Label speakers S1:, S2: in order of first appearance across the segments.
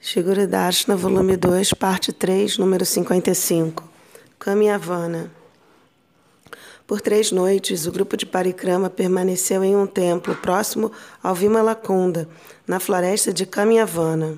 S1: Shri Guru Darshana, volume 2, parte 3, número 55. Kamyavana. Por 3 noites, o grupo de Parikrama permaneceu em um templo próximo ao Vimalakunda, na floresta de Kamyavana.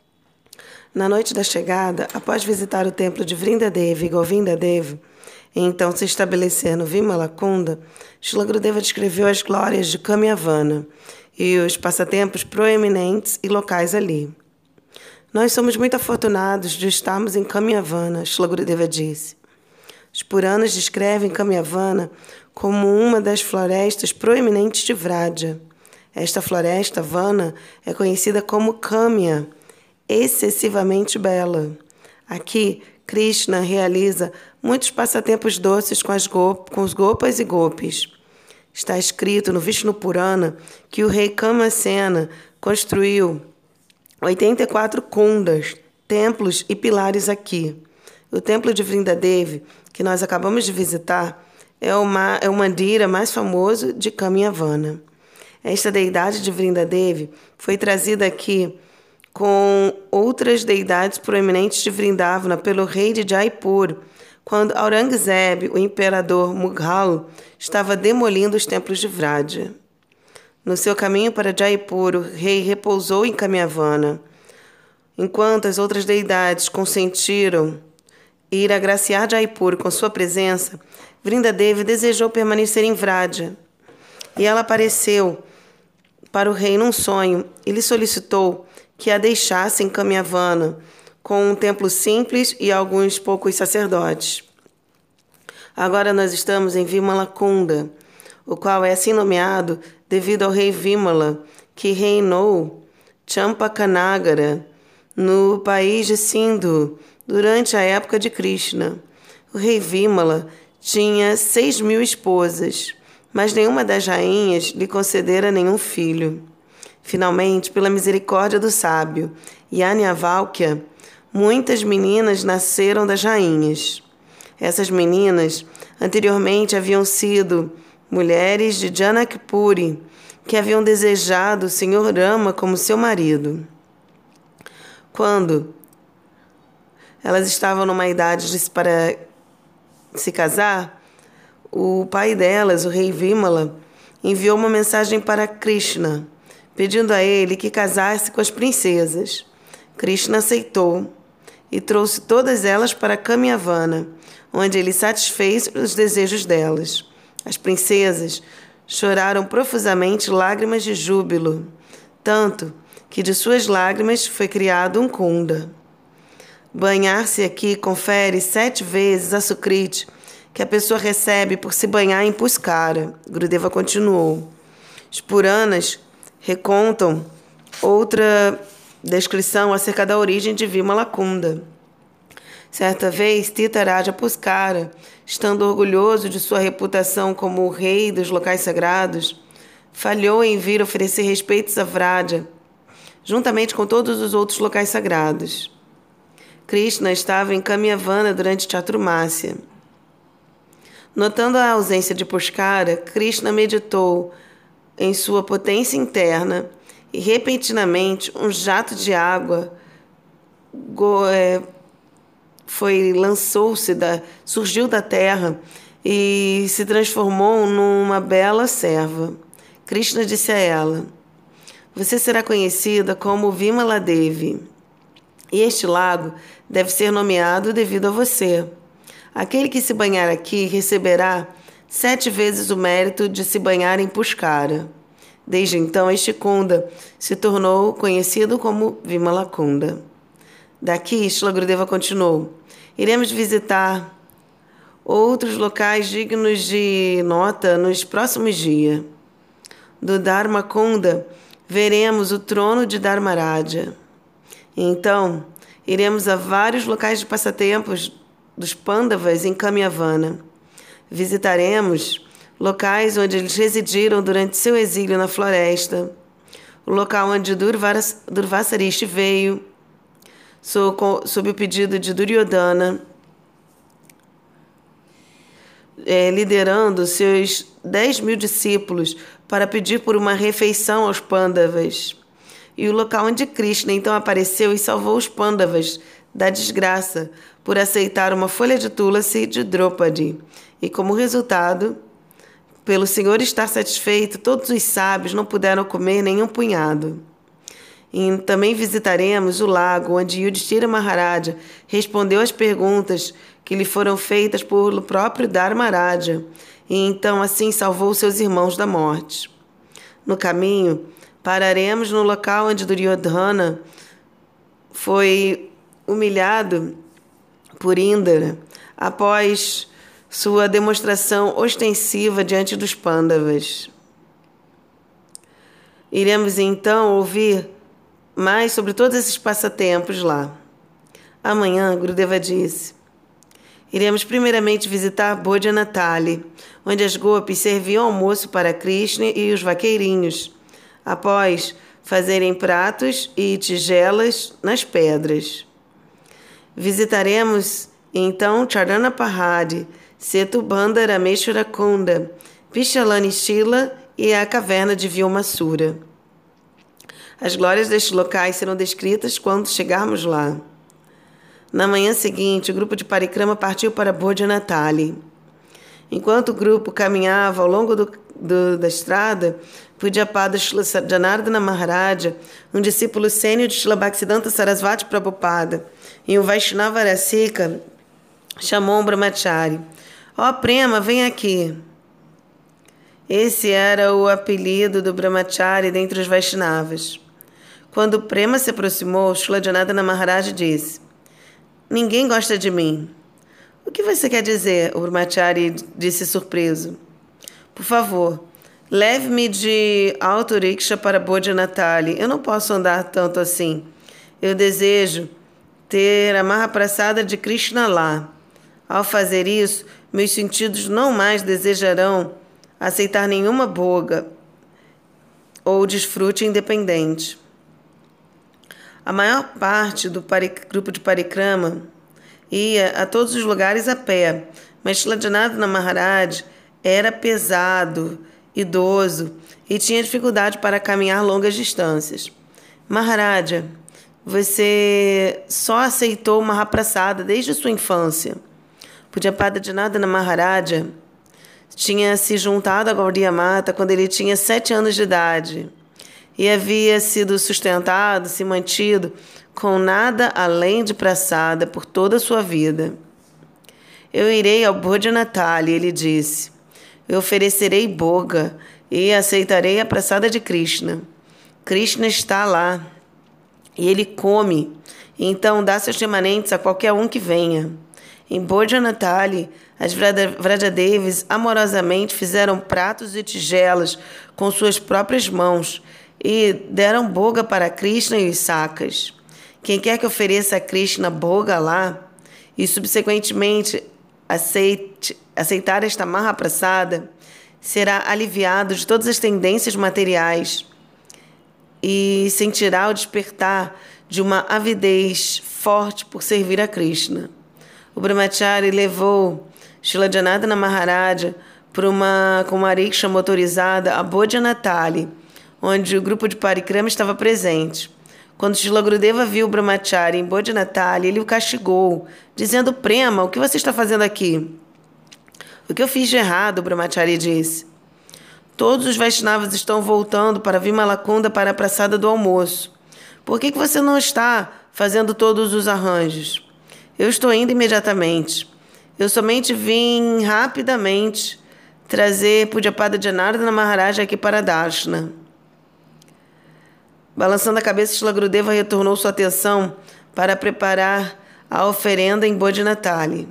S1: Na noite da chegada, após visitar o templo de Vrindadevi e Govindadevi, e então se estabelecer no Vimalakunda, Srila Gurudeva descreveu as glórias de Kamyavana e os passatempos proeminentes e locais ali. Nós somos muito afortunados de estarmos em Kamyavana, Srila Gurudeva disse. Os Puranas descrevem Kamyavana como uma das florestas proeminentes de Vraja. Esta floresta, Vana, é conhecida como Kamya, excessivamente bela. Aqui, Krishna realiza muitos passatempos doces com os gopas e gopis. Está escrito no Vishnu Purana que o rei Kamasena construiu 84 kundas, templos e pilares aqui. O templo de Vrindadevi, que nós acabamos de visitar, é o mandira mais famoso de Kamyavana. Esta deidade de Vrindadevi foi trazida aqui com outras deidades proeminentes de Vrindavana pelo rei de Jaipur, quando Aurangzeb, o imperador Mughal, estava demolindo os templos de Vraja. No seu caminho para Jaipur, o rei repousou em Kamyavana. Enquanto as outras deidades consentiram ir agraciar Jaipur com sua presença, Vrindadevi desejou permanecer em Vraja. E ela apareceu para o rei num sonho e lhe solicitou que a deixasse em Kamyavana, com um templo simples e alguns poucos sacerdotes. Agora nós estamos em Vimalakunda, o qual é assim nomeado devido ao rei Vimala, que reinou Champakanagara, no país de Sindhu, durante a época de Krishna. O rei Vimala tinha 6.000 esposas, mas nenhuma das rainhas lhe concedera nenhum filho. Finalmente, pela misericórdia do sábio Yajnavalkya, muitas meninas nasceram das rainhas. Essas meninas anteriormente haviam sido mulheres de Janakpuri, que haviam desejado o Senhor Rama como seu marido. Quando elas estavam numa idade para se casar, o pai delas, o rei Vimala, enviou uma mensagem para Krishna, pedindo a ele que casasse com as princesas. Krishna aceitou e trouxe todas elas para Kamyavana, onde ele satisfez os desejos delas. As princesas choraram profusamente lágrimas de júbilo, tanto que de suas lágrimas foi criado um kunda. Banhar-se aqui confere 7 vezes a sukriti que a pessoa recebe por se banhar em Puskara. Gurudeva continuou. Os Puranas recontam outra descrição acerca da origem de Vimalakunda. Certa vez, Titaraja Puskara, estando orgulhoso de sua reputação como o rei dos locais sagrados, falhou em vir oferecer respeitos a Vraja, juntamente com todos os outros locais sagrados. Krishna estava em Kamyavana durante Chaturmasya. Notando a ausência de Puskara, Krishna meditou em sua potência interna e, repentinamente, um jato de água surgiu da terra e se transformou numa bela serva. Krishna disse a ela: "Você será conhecida como Vimaladevi, e este lago deve ser nomeado devido a você. Aquele que se banhar aqui receberá 7 vezes o mérito de se banhar em Puskara." Desde então, este kunda se tornou conhecido como Vimalakunda. Daqui, Srila Gurudeva continuou: iremos visitar outros locais dignos de nota nos próximos dias. Do Dharmakunda, veremos o trono de Dharmaraja. Então, iremos a vários locais de passatempos dos Pandavas em Kamyavana. Visitaremos locais onde eles residiram durante seu exílio na floresta, o local onde Durvasarishi veio, sob o pedido de Duryodhana, liderando seus 10.000 discípulos para pedir por uma refeição aos Pandavas, e o local onde Krishna então apareceu e salvou os Pandavas da desgraça por aceitar uma folha de Tulasi de Draupadi. E como resultado, pelo Senhor estar satisfeito, todos os sábios não puderam comer nenhum punhado. E também visitaremos o lago onde Yudhishthira Maharaja respondeu às perguntas que lhe foram feitas pelo próprio Dharmaraja, e então assim salvou seus irmãos da morte. No caminho, pararemos no local onde Duryodhana foi humilhado por Indra após sua demonstração ostensiva diante dos Pandavas. Iremos então ouvir mais sobre todos esses passatempos lá. Amanhã, Gurudeva disse, iremos primeiramente visitar Bhojanatali, onde as gopis serviam almoço para Krishna e os vaqueirinhos, após fazerem pratos e tigelas nas pedras. Visitaremos então Charanapahadi, Setubandha Rameshwara Kunda, Pishalani Shila e a caverna de Vyomashura. As glórias destes locais serão descritas quando chegarmos lá. Na manhã seguinte, o grupo de Parikrama partiu para Bhojanatali. Enquanto o grupo caminhava ao longo da estrada, Pujyapada Srila Janardana Maharaja, um discípulo sênior de Srila Bhaktisiddhanta Sarasvati Prabhupada, e o Vaishnava Rasika, chamou um brahmachari. Ó Prema, vem aqui. Esse era o apelido do brahmachari dentre os Vaishnavas. Quando Prema se aproximou, Srila Janardana Maharaja disse, ninguém gosta de mim. O que você quer dizer? O brahmachari disse surpreso. Por favor, leve-me de autoriksha para Bhojanatali. Eu não posso andar tanto assim. Eu desejo ter a Mahaprasada de Krishna lá. Ao fazer isso, meus sentidos não mais desejarão aceitar nenhuma boga ou desfrute independente. A maior parte do grupo de Parikrama ia a todos os lugares a pé, mas Srila Janardana Maharaj era pesado, idoso e tinha dificuldade para caminhar longas distâncias. Maharaja, você só aceitou Mahaprasada desde sua infância. Pujyapada Janardana Maharaja tinha se juntado a Gaudiya Mata quando ele tinha 7 anos de idade e havia sido sustentado, se mantido com nada além de prasada por toda a sua vida. Eu irei ao Bhojanatali, ele disse. Eu oferecerei boga e aceitarei a prasada de Krishna. Krishna está lá e ele come, então dá seus remanentes a qualquer um que venha. Em Bhojanatali, as Vrajadevis amorosamente fizeram pratos e tigelas com suas próprias mãos e deram boga para Krishna e os sakas. Quem quer que ofereça a Krishna boga lá e subsequentemente aceitar esta Mahaprasada será aliviado de todas as tendências materiais e sentirá o despertar de uma avidez forte por servir a Krishna. O brahmachari levou Srila Janardana Maharaja com uma rickshaw motorizada a Bhojanatali, onde o grupo de Parikrama estava presente. Quando Srila Gurudeva viu o brahmachari em Bhojanatali, ele o castigou, dizendo, Prema, o que você está fazendo aqui? O que eu fiz de errado? O brahmachari disse. Todos os Vaishnavas estão voltando para Vimalakunda para a praçada do almoço. Por que você não está fazendo todos os arranjos? Eu estou indo imediatamente. Eu somente vim rapidamente trazer Pujyapada Janardana Maharaja aqui para Darshana. Balançando a cabeça, Srila Gurudeva retornou sua atenção para preparar a oferenda em Bhojanatali.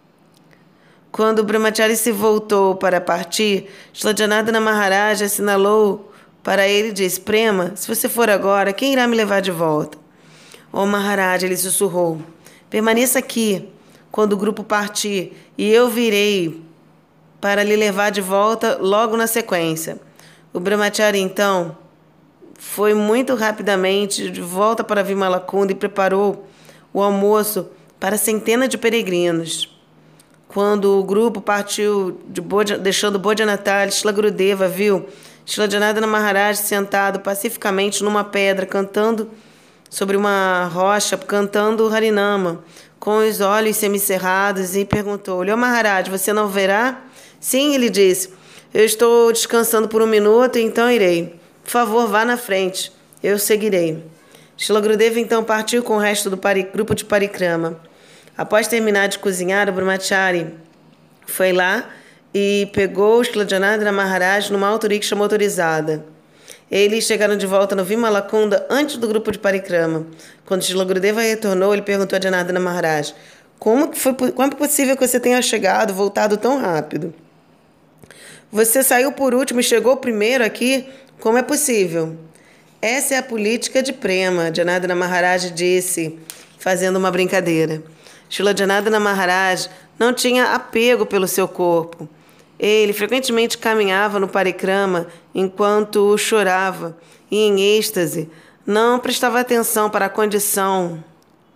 S1: Quando o brahmachari se voltou para partir, Srila Janardana Maharaja assinalou para ele e disse, Prema, se você for agora, quem irá me levar de volta? Oh Maharaja, ele sussurrou, permaneça aqui quando o grupo partir e eu virei para lhe levar de volta logo na sequência. O brahmachari, então, foi muito rapidamente de volta para Vimalakunda e preparou o almoço para centenas de peregrinos. Quando o grupo partiu deixando Bhojanatali, Srila Gurudeva viu Srila Janardana Maharaj sentado pacificamente numa pedra, cantando sobre uma rocha, cantando Harinama, com os olhos semicerrados, e perguntou-lhe: Ó Maharaj, você não verá? Sim, ele disse. Eu estou descansando por um minuto, então irei. Por favor, vá na frente. Eu seguirei. Srila Gurudeva então partiu com o resto do grupo de parikrama. Após terminar de cozinhar, o Brahmachari foi lá e pegou o Srila Janardana Maharaj numa autoricksha motorizada. Eles chegaram de volta no Vimalakunda antes do grupo de parikrama. Quando Srila Gurudeva retornou, ele perguntou a Janardana Maharaj: como é possível que você tenha chegado, voltado tão rápido? Você saiu por último e chegou primeiro aqui? Como é possível? Essa é a política de Prema, Janardana Maharaj disse, fazendo uma brincadeira. Srila Janardana Maharaj não tinha apego pelo seu corpo. Ele frequentemente caminhava no parikrama enquanto chorava e, em êxtase, não prestava atenção para a condição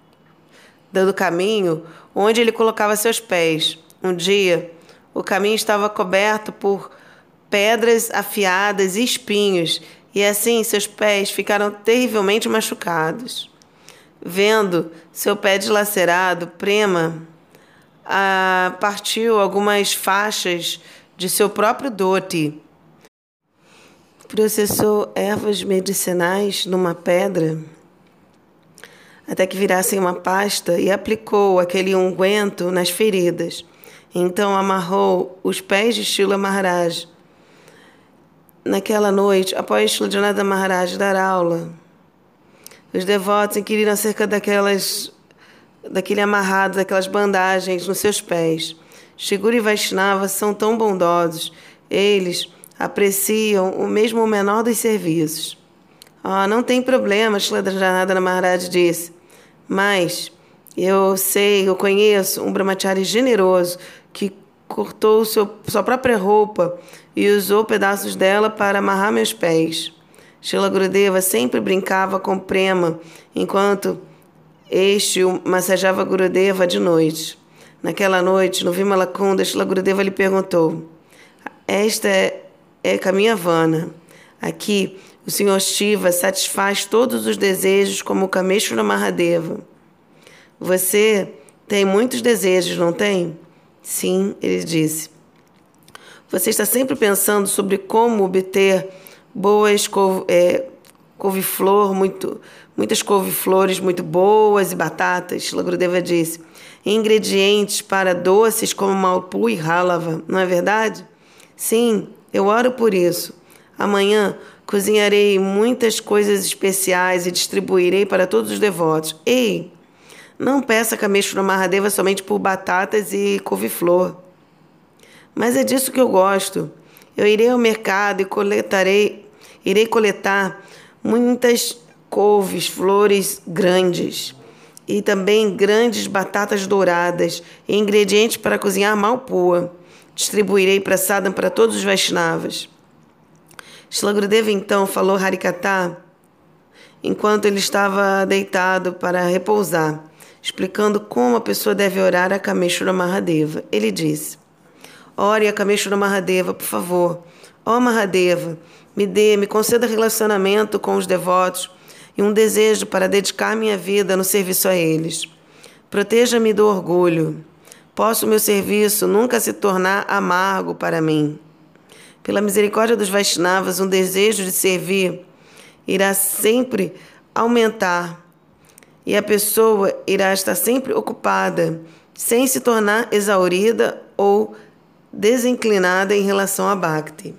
S1: do caminho onde ele colocava seus pés. Um dia, o caminho estava coberto por pedras afiadas e espinhos, e assim seus pés ficaram terrivelmente machucados. Vendo seu pé dilacerado, Prema partiu algumas faixas de seu próprio dhoti, processou ervas medicinais numa pedra até que virassem uma pasta e aplicou aquele unguento nas feridas. Então amarrou os pés de Srila Maharaj. Naquela noite, após Srila Janardana Maharaj dar aula, os devotos inquiriram acerca daquele amarrado, daquelas bandagens nos seus pés. Shri Guru e Vaishnava são tão bondosos. Eles apreciam o mesmo o menor dos serviços. Não tem problema, Srila Janardana Maharaj disse. Mas eu conheço um brahmachari generoso que cortou sua própria roupa e usou pedaços dela para amarrar meus pés. Srila Gurudeva sempre brincava com Prema enquanto este o massageava Gurudeva de noite. Naquela noite, no Vimalakunda, Srila Gurudeva lhe perguntou: esta é Kamiyavana. Aqui, o Senhor Shiva satisfaz todos os desejos como o Kameshwara Mahadeva. Você tem muitos desejos, não tem? Sim, ele disse. Você está sempre pensando sobre como obter boas muitas couve-flores muito boas e batatas, Srila Gurudeva disse. Ingredientes para doces como malpu e halava, não é verdade? Sim, eu oro por isso. Amanhã cozinharei muitas coisas especiais e distribuirei para todos os devotos. Ei, não peça Kameshwara Mahadeva somente por batatas e couve-flor. Mas é disso que eu gosto. Eu irei ao mercado e irei coletar muitas couves, flores grandes e também grandes batatas douradas e ingredientes para cozinhar malpua. Distribuirei prasadam para todos os Vaishnavas. Srila Gurudeva então falou Harikatha enquanto ele estava deitado para repousar, explicando como a pessoa deve orar a Kameshwara Mahadeva. Ele disse: ore a Kameshwara Mahadeva, por favor. Ó Mahadeva, me conceda relacionamento com os devotos e um desejo para dedicar minha vida no serviço a eles. Proteja-me do orgulho. Possa o meu serviço nunca se tornar amargo para mim. Pela misericórdia dos Vaishnavas, um desejo de servir irá sempre aumentar e a pessoa irá estar sempre ocupada, sem se tornar exaurida ou desinclinada em relação a Bhakti.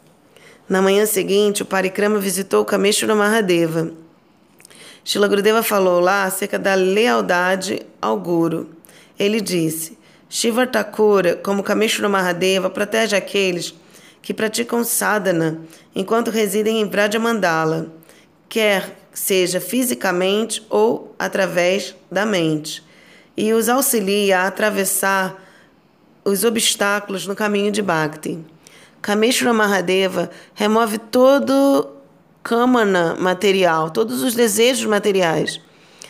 S1: Na manhã seguinte, o Parikrama visitou Kameshwara Mahadeva. Srila Gurudeva falou lá acerca da lealdade ao Guru. Ele disse: Shiva Thakura, como Kameshwara Mahadeva, protege aqueles que praticam sadhana enquanto residem em Vrajamandala, quer seja fisicamente ou através da mente, e os auxilia a atravessar os obstáculos no caminho de Bhakti. Kameshwara Mahadeva remove todo kamana material, todos os desejos materiais,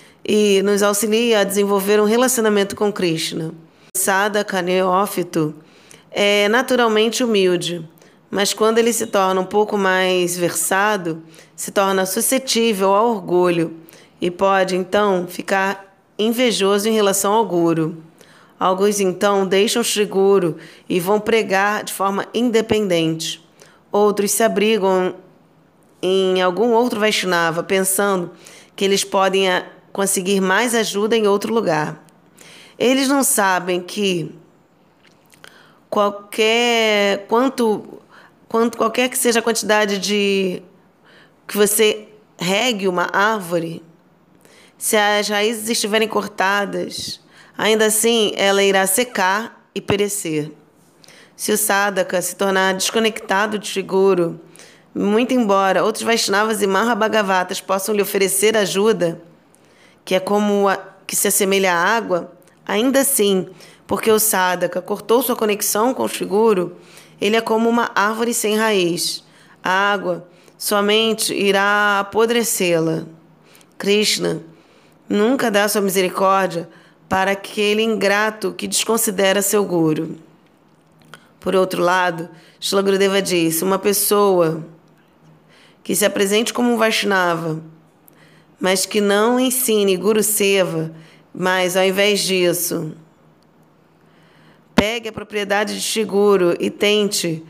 S1: e nos auxilia a desenvolver um relacionamento com Krishna. Sadhaka neófito é naturalmente humilde, mas quando ele se torna um pouco mais versado, se torna suscetível ao orgulho e pode, então, ficar invejoso em relação ao guru. Alguns, então, deixam Shri Guru e vão pregar de forma independente. Outros se abrigam em algum outro Vaishnava, pensando que eles podem conseguir mais ajuda em outro lugar. Eles não sabem que qualquer que seja a quantidade de que você regue uma árvore, se as raízes estiverem cortadas, ainda assim ela irá secar e perecer. Se o sadhaka se tornar desconectado de Shri Guru, muito embora outros Vaishnavas e Mahabhagavatas possam lhe oferecer ajuda, que é que se assemelha à água, ainda assim, porque o sadhaka cortou sua conexão com o Shri Guru, ele é como uma árvore sem raiz. A água somente irá apodrecê-la. Krishna nunca dá sua misericórdia para aquele ingrato que desconsidera seu guru. Por outro lado, Srila Gurudeva disse, uma pessoa que se apresente como um Vaishnava, mas que não ensine Guru Seva, mas ao invés disso, pegue a propriedade de Shri Guru e tente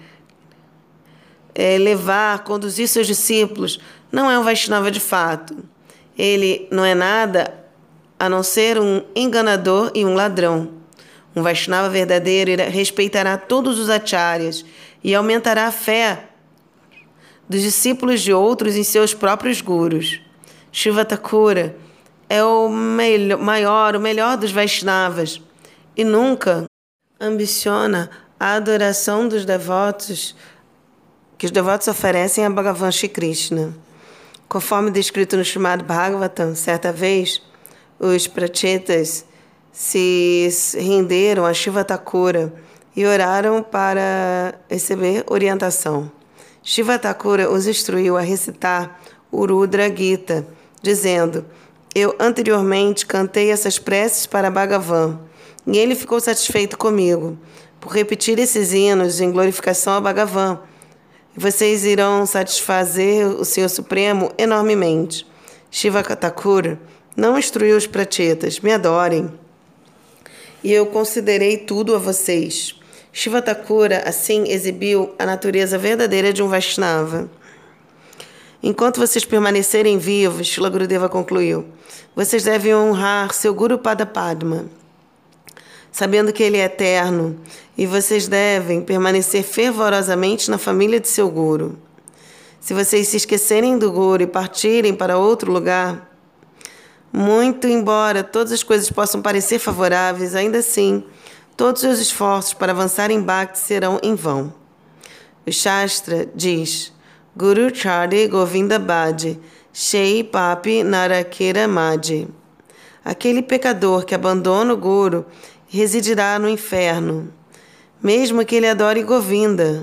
S1: conduzir seus discípulos, não é um Vaishnava de fato. Ele não é nada a não ser um enganador e um ladrão. Um Vaishnava verdadeiro respeitará todos os acharyas e aumentará a fé dos discípulos de outros em seus próprios gurus. Shiva Thakura é o melhor dos Vaishnavas e nunca ambiciona a adoração dos devotos que os devotos oferecem a Bhagavan Shri Krishna. Conforme descrito no Srimad Bhagavatam, certa vez, os prachetas se renderam a Shiva Thakura e oraram para receber orientação. Shiva Thakura os instruiu a recitar o Rudra Gita, dizendo, eu anteriormente cantei essas preces para Bhagavan, e ele ficou satisfeito comigo, por repetir esses hinos em glorificação a Bhagavan. Vocês irão satisfazer o Senhor Supremo enormemente. Shiva Thakura não instruiu os prachetas, me adorem, e eu considerei tudo a vocês. Shiva Thakura, assim, exibiu a natureza verdadeira de um Vaishnava. Enquanto vocês permanecerem vivos, Srila Gurudeva concluiu, vocês devem honrar seu Guru Pada Padma, sabendo que ele é eterno, e vocês devem permanecer fervorosamente na família de seu Guru. Se vocês se esquecerem do Guru e partirem para outro lugar, muito embora todas as coisas possam parecer favoráveis, ainda assim, todos os esforços para avançar em Bhakti serão em vão. O Shastra diz, Guru Chade Govinda Bhaje, Shei Papi Narakera Madhe. Aquele pecador que abandona o Guru residirá no inferno, mesmo que ele adore Govinda.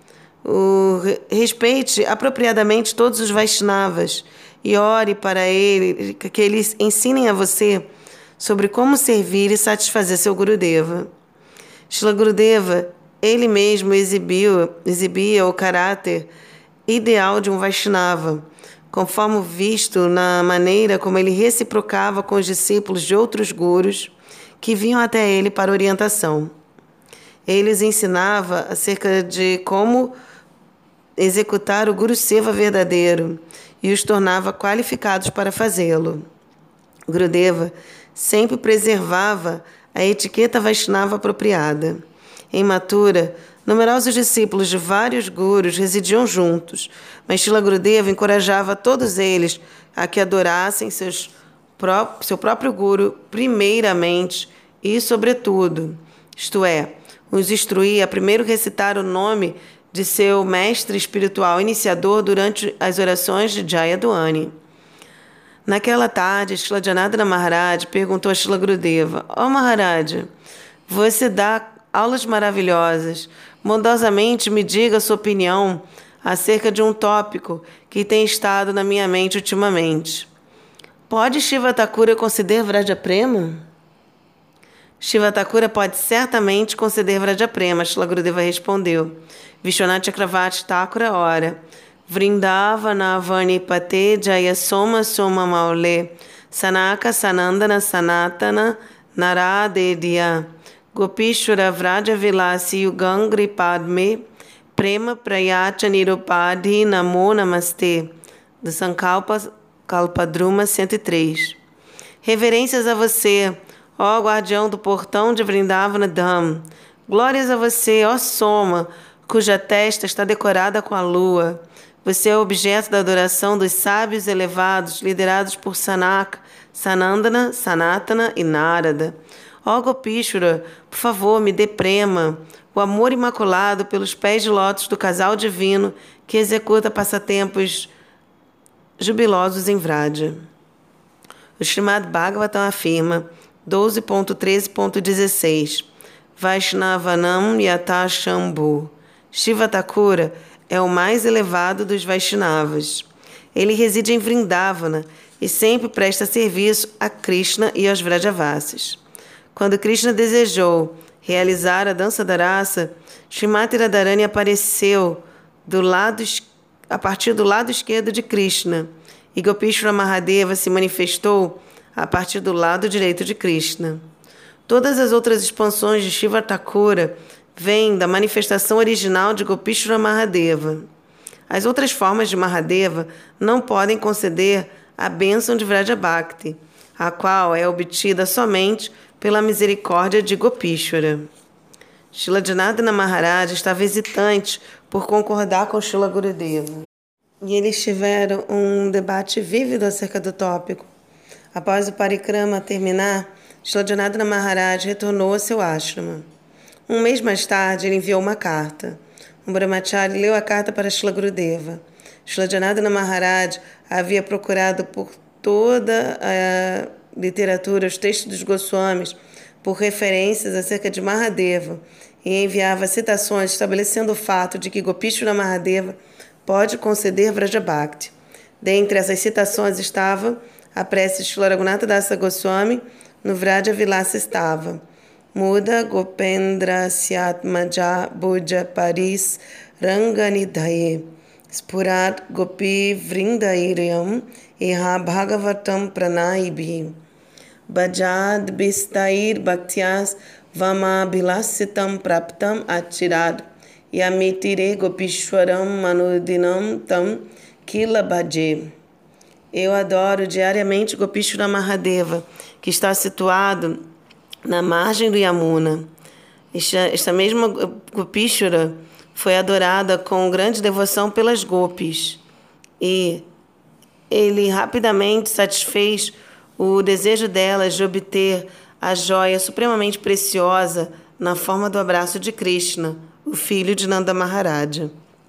S1: Respeite apropriadamente todos os Vaishnavas e ore para ele, que eles ensinem a você sobre como servir e satisfazer seu Gurudeva. Srila Gurudeva, ele mesmo exibia o caráter ideal de um Vaishnava, conforme visto na maneira como ele reciprocava com os discípulos de outros gurus que vinham até ele para orientação. Ele lhes ensinava acerca de como executar o Guru Seva verdadeiro e os tornava qualificados para fazê-lo. Gurudeva sempre preservava a etiqueta Vaishnava apropriada. Em Mathura, numerosos discípulos de vários gurus residiam juntos, mas Srila Gurudeva encorajava todos eles a que adorassem seu próprio guru primeiramente e sobretudo, isto é, os instruía a primeiro recitar o nome de seu mestre espiritual iniciador durante as orações de Jayadwani. Naquela tarde, Srila Janardana Maharaj perguntou a Srila Gurudeva, Maharaj, você dá aulas maravilhosas, bondosamente me diga a sua opinião acerca de um tópico que tem estado na minha mente ultimamente. Pode Shiva Thakura conceder Vraja Prema? Shiva Thakura pode certamente conceder Vrajaprema, Srila Gurudeva respondeu. Vishwanath Chakravarti Thakura ora. Vrindavana Vanipate Jaya Soma Soma Maule Sanaka Sanandana Sanatana Naradedya Gopishwara Vraja Vilasi Yugangri Padme Prema Prayacha Nirupadhi Namo Namaste. Do Sankalpa Kalpadruma 103. Reverências a você, ó guardião do portão de Vrindavana Dham. Glórias a você, ó Soma, cuja testa está decorada com a lua. Você é objeto da adoração dos sábios elevados, liderados por Sanaka, Sanandana, Sanatana e Narada. Ó Gopishwara, por favor, me dê prema, o amor imaculado pelos pés de lótus do casal divino que executa passatempos jubilosos em Vraja. O Srimad Bhagavatam afirma, 12.13.16, Vaishnavanam Yata Shambhu. Shiva Thakura é o mais elevado dos Vaishnavas. Ele reside em Vrindavana e sempre presta serviço a Krishna e aos Vrajavasis. Quando Krishna desejou realizar a dança da raça, Srimati Radharani apareceu a partir do lado esquerdo de Krishna e Gopishwara Mahadeva se manifestou a partir do lado direito de Krishna. Todas as outras expansões de Shiva Thakura vêm da manifestação original de Gopishwara Mahadeva. As outras formas de Mahadeva não podem conceder a bênção de Vraja Bhakti, a qual é obtida somente pela misericórdia de Gopishwara. Srila Janardana Maharaj estava hesitante por concordar com Srila Gurudeva. E eles tiveram um debate vívido acerca do tópico. Após o parikrama terminar, Srila Janardana Maharaj retornou ao seu ashrama. Um mês mais tarde, ele enviou uma carta. Um brahmachari leu a carta para Srila Gurudeva. Srila Janardana Maharaj havia procurado por toda a literatura, os textos dos Goswamis, por referências acerca de Mahadeva, e enviava citações estabelecendo o fato de que Gopishwara Mahadeva pode conceder Vraja Bhakti. Dentre essas citações estava a prece de Srila Raghunatha Dasa Goswami no Vraja Vilasa estava. Muda Gopendra Syatmaja Bhuja Paris Ranganidhaye Spurat Gopi Vrindairyam Iha Bhagavatam Pranaibhi Bajad Bistair Bhaktyas Vama Bilasitam Praptam Achirad Yamitire Gopishwaram Manudinam Tam Kila Bhaje. Eu adoro diariamente Gopishwara Mahadeva, que está situado na margem do Yamuna. Esta mesma Gopishwara foi adorada com grande devoção pelas gopis e ele rapidamente satisfez o desejo delas de obter a joia supremamente preciosa na forma do abraço de Krishna, o filho de Nanda Maharaja.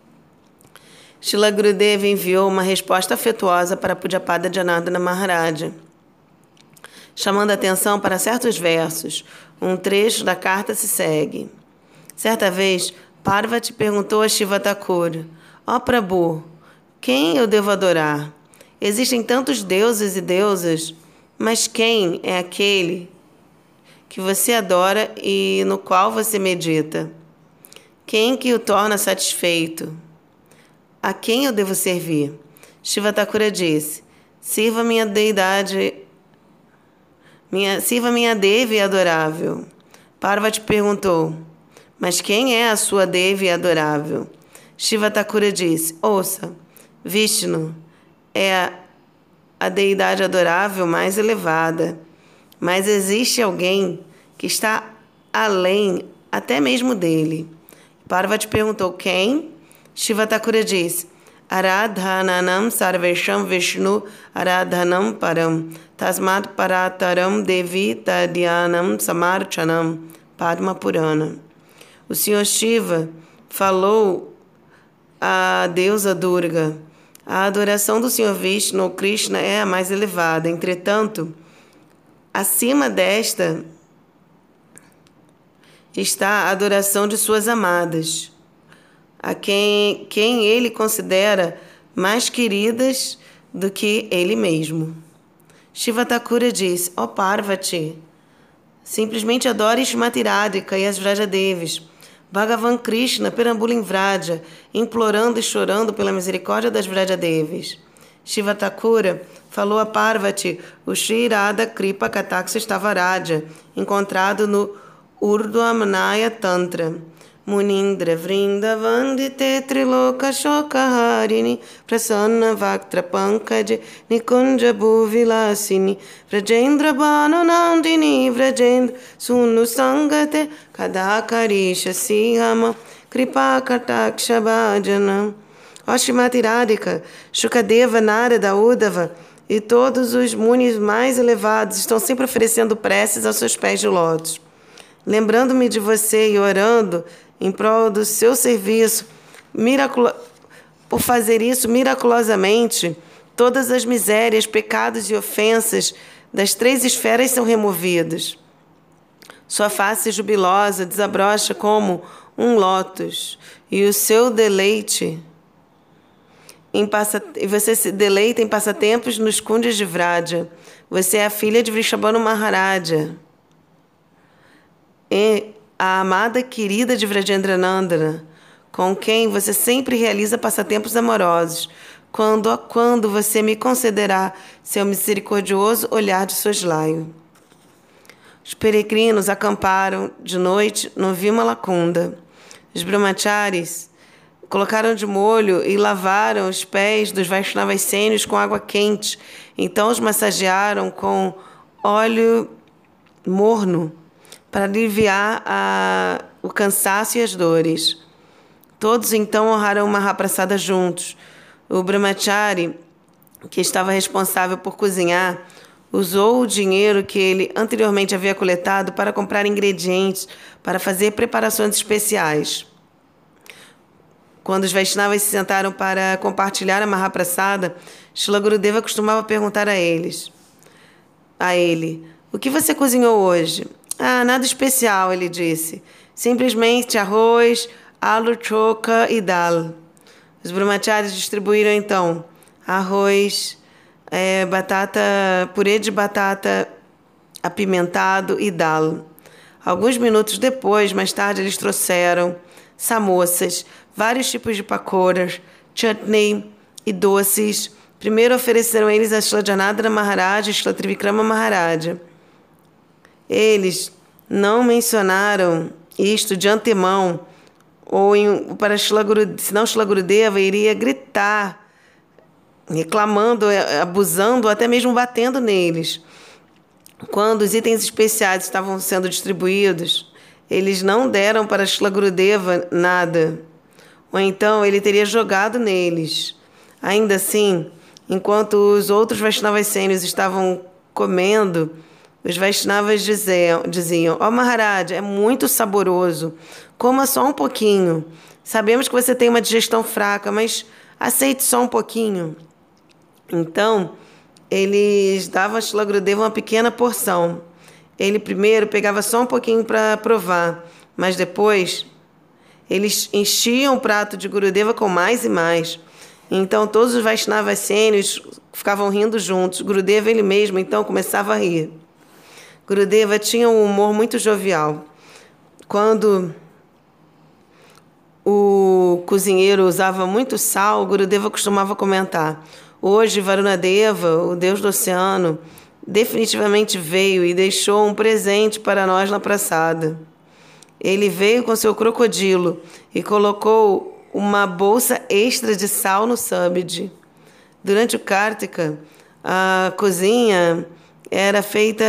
S1: Srila Gurudeva enviou uma resposta afetuosa para Pujapada Janardana Maharaja, chamando a atenção para certos versos. Um trecho da carta se segue. Certa vez, Parvati perguntou a Shiva Thakura, ó Prabhu, quem eu devo adorar? Existem tantos deuses e deusas, mas quem é aquele que você adora e no qual você medita? Quem que o torna satisfeito? A quem eu devo servir? Shiva Thakura disse, sirva minha deidade, sirva minha Devi adorável. Parvati perguntou, mas quem é a sua Devi adorável? Shiva Thakura disse, ouça, Vishnu é a deidade adorável mais elevada, mas existe alguém que está além até mesmo dele. Parvati perguntou, quem? Shiva Thakura disse, Aradhananam sarvesham Vishnu aradhanam param tasmat parataram devi tadyanam samarchanam Padma Purana. O Senhor Shiva falou à deusa Durga, a adoração do Senhor Vishnu ou Krishna é a mais elevada. Entretanto, acima desta está a adoração de suas amadas, a quem ele considera mais queridas do que ele mesmo. Shiva Thakura disse, ó Parvati, Simplesmente adore Shrimati Radhika e as Vrajadevis. Bhagavan Krishna perambula em Vraja, implorando e chorando pela misericórdia das Vrajadevis. Shiva Thakura falou a Parvati o Shri Radha Kripa Kataksha Stavaraja, encontrado no Urdhvamnaya Tantra. Munindra Vrindavandite Triloka Shokaharini Prasanna Vaktra Pankaj Nikunja Bhuvilasini Vrajendra Bhanu Nandini Vrajendra Sunu Sangate Kadakarisha Sihama Kripa Kataksha Bhajana. Ó Shrimati Radhika, Shukadeva, Narada, Uddhava e todos os munis mais elevados estão sempre oferecendo preces aos seus pés de lótus. Lembrando-me de você e orando em prol do seu serviço, por fazer isso miraculosamente, todas as misérias, pecados e ofensas das 3 esferas são removidos. Sua face jubilosa desabrocha como um lótus, e o seu deleite e você se deleita em passatempos nos kundis de Vraja. Você é a filha de Vrishabhanu Maharaja e a amada querida de Vrajendranandana, com quem você sempre realiza passatempos amorosos. Quando a quando você me concederá seu misericordioso olhar de soslaio? Os peregrinos acamparam de noite no Vimalakunda. Os brahmacharis colocaram de molho e lavaram os pés dos Vaishnavas sênios com água quente. Então os massagearam com óleo morno para aliviar o cansaço e as dores. Todos então honraram Mahaprasada juntos. O brahmachari, que estava responsável por cozinhar, usou o dinheiro que ele anteriormente havia coletado para comprar ingredientes para fazer preparações especiais. Quando os Vaishnavas se sentaram para compartilhar a Mahaprasada, Srila Gurudeva costumava perguntar a ele: o que você cozinhou hoje? Ah, nada especial, ele disse. Simplesmente arroz, aloo choka e dal. Os brahmacharis distribuíram então arroz, purê de batata apimentado e dal. Alguns minutos depois, mais tarde, eles trouxeram samosas, vários tipos de pakoras, chutney e doces. Primeiro ofereceram eles a Srila Janardana Maharaj e Srila Trivikrama Maharaja. Eles não mencionaram isto de antemão, senão Srila Gurudeva iria gritar, reclamando, abusando, até mesmo batendo neles. Quando os itens especiais estavam sendo distribuídos, eles não deram para Srila Gurudeva nada, ou então ele teria jogado neles. Ainda assim, enquanto os outros Vaishnavas sênios estavam comendo, os Vaishnavas diziam: ó Maharaj, é muito saboroso, coma só um pouquinho. Sabemos que você tem uma digestão fraca, mas aceite só um pouquinho. Então, eles davam a Srila Gurudeva uma pequena porção. Ele primeiro pegava só um pouquinho para provar, mas depois eles enchiam o prato de Gurudeva com mais e mais. Então todos os Vaishnavas sênios ficavam rindo juntos. Gurudeva ele mesmo então começava a rir. Gurudeva tinha um humor muito jovial. Quando o cozinheiro usava muito sal, Gurudeva costumava comentar: hoje Varunadeva, o deus do oceano, definitivamente veio e deixou um presente para nós na praçada. Ele veio com seu crocodilo e colocou uma bolsa extra de sal no sabji. Durante o Kartika, a cozinha era feita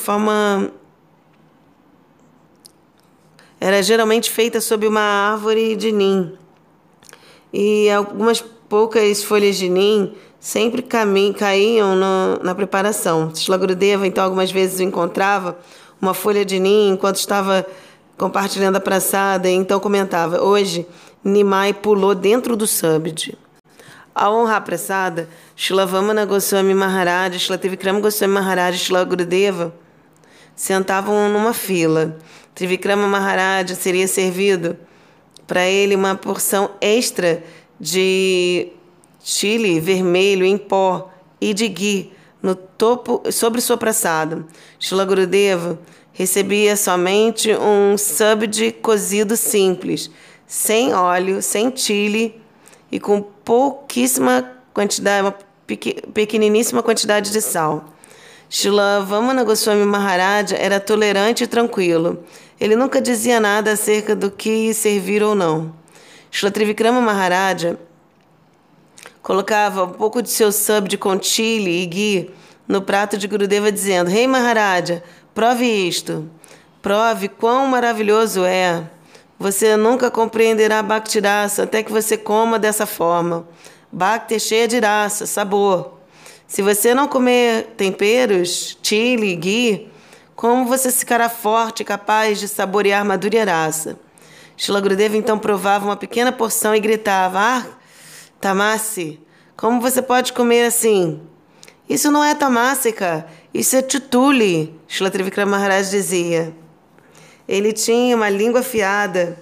S1: era geralmente feita sob uma árvore de nim. E algumas poucas folhas de nim sempre caíam na preparação. Srila Gurudeva, então, algumas vezes encontrava uma folha de nim enquanto estava compartilhando a praçada, e então comentava: hoje Nimai pulou dentro do sabji. Ao honrar a praçada, Srila Vamana Goswami Maharaj, Srila Trivikrama Goswami Maharaj e Srila Gurudeva sentavam numa fila. Trivikrama Maharaj seria servido para ele uma porção extra de chile vermelho em pó e de ghee no topo, sobre sua praçada. Srila Gurudeva recebia somente um sabji cozido simples, sem óleo, sem chile e com pouquíssima quantidade, uma pequeniníssima quantidade de sal. Srila Vamana Goswami Maharaj era tolerante e tranquilo. Ele nunca dizia nada acerca do que servir ou não. Srila Trivikrama Maharaj colocava um pouco de seu sabji com chile e ghee no prato de Gurudeva, dizendo: Rei Maharaja, prove isto. Prove quão maravilhoso é. Você nunca compreenderá Bhakti Rasa até que você coma dessa forma. Bhakti é cheia de raça, sabor. Se você não comer temperos, chile, ghee, como você ficará forte e capaz de saborear Madhurya Rasa? Srila Gurudeva então provava uma pequena porção e gritava: Ah, Tamasi, como você pode comer assim? Isso não é tamásica, isso é chutuli, Srila Trivikrama Maharaj dizia. Ele tinha uma língua afiada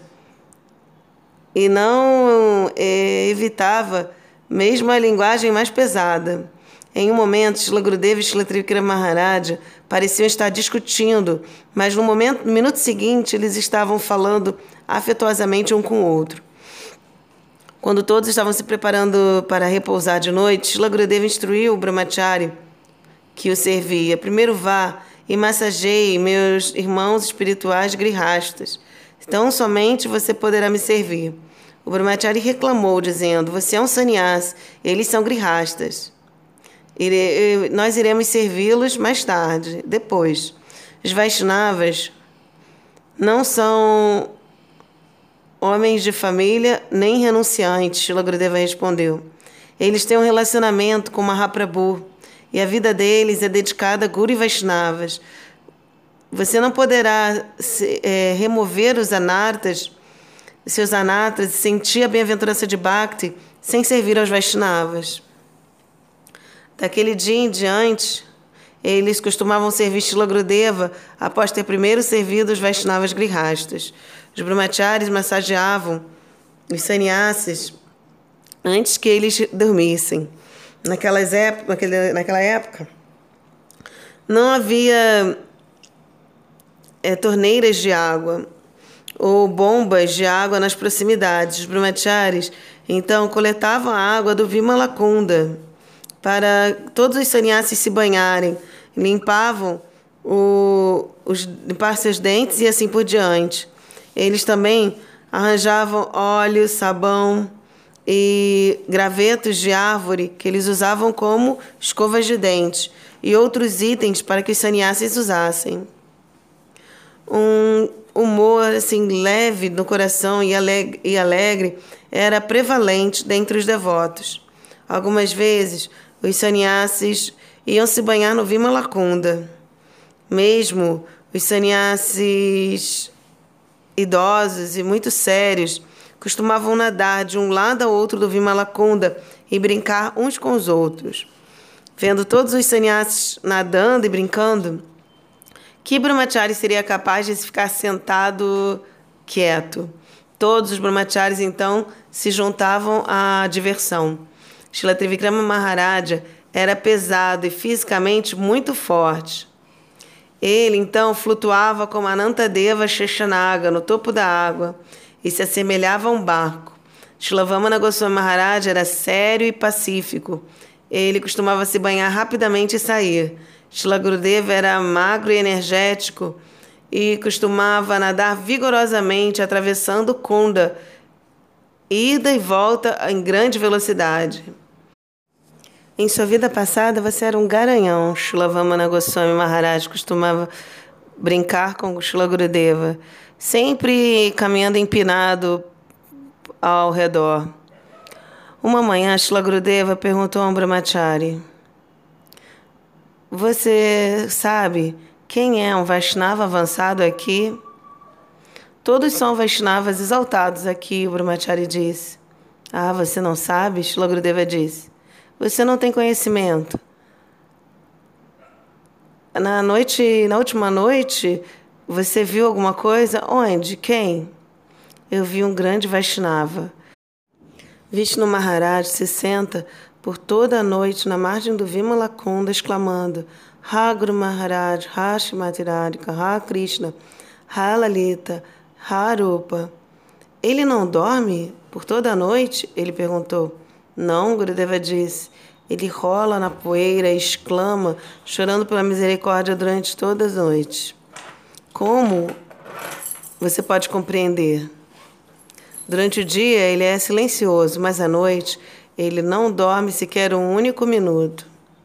S1: e não evitava mesmo a linguagem mais pesada. Em um momento, Srila Gurudeva e Srila Trivikrama Maharaj pareciam estar discutindo, mas no minuto seguinte eles estavam falando afetuosamente um com o outro. Quando todos estavam se preparando para repousar de noite, Srila Gurudeva instruiu o brahmachari que o servia: primeiro vá e massageie meus irmãos espirituais grihastas. Então somente você poderá me servir. O brahmachari reclamou, dizendo: você é um sannyasi, eles são grihastas. Nós iremos servi-los mais tarde, depois. Os Vaishnavas não são homens de família nem renunciantes, Srila Gurudeva respondeu. Eles têm um relacionamento com Mahaprabhu e a vida deles é dedicada a Guru e Vaishnavas. Você não poderá remover os anartas, seus anatas, e sentir a bem-aventurança de Bhakti sem servir aos Vaishnavas. Daquele dia em diante, eles costumavam servir Srila Gurudeva após ter primeiro servido os Vaishnavas grihastas. Os brahmacharis massageavam os sannyasis antes que eles dormissem. Naquela época, não havia torneiras de água ou bombas de água nas proximidades. Os brahmacharis, então, coletavam a água do Vimalakunda para todos os sannyasis se banharem, limpar seus dentes e assim por diante. Eles também arranjavam óleo, sabão e gravetos de árvore que eles usavam como escovas de dentes e outros itens para que os sannyasis usassem. Um humor assim leve no coração e alegre era prevalente dentre os devotos. Algumas vezes os sannyasis iam se banhar no Vimalakunda. Mesmo os sannyasis idosos e muito sérios costumavam nadar de um lado ao outro do Vimalakunda e brincar uns com os outros. Vendo todos os sannyasis nadando e brincando, que brahmachari seria capaz de ficar sentado quieto? Todos os brahmacharis então se juntavam à diversão. Srila Trivikrama Maharaja era pesado e fisicamente muito forte. Ele, então, flutuava como Anantadeva Sheshanaga no topo da água e se assemelhava a um barco. Srila Vamana Goswami Maharaj era sério e pacífico. Ele costumava se banhar rapidamente e sair. Srila Gurudeva era magro e energético e costumava nadar vigorosamente, atravessando Kunda, ida e volta em grande velocidade. Em sua vida passada, você era um garanhão. Srila Vamana Goswami Maharaj costumava brincar com Srila Gurudeva, sempre caminhando empinado ao redor. Uma manhã, Srila Gurudeva perguntou a um brahmachari: você sabe quem é um Vaishnava avançado aqui? Todos são Vaishnavas exaltados aqui, o brahmachari disse. Ah, você não sabe? Srila Gurudeva disse. Você não tem conhecimento. Na última noite, você viu alguma coisa? Onde? Quem? Eu vi um grande Vaishnava. Vishnu Maharaj se senta por toda a noite na margem do Vimalakunda, exclamando: Ha Guru Maharaj, Ha Shrimati Radhika, Ha Krishna, Ha Lalita, Ha Rupa. Ele não dorme por toda a noite? Ele perguntou. Não, Gurudeva disse. Ele rola na poeira e exclama, chorando pela misericórdia durante toda a noite. Como você pode compreender? Durante o dia ele é silencioso, mas à noite ele não dorme sequer um único minuto.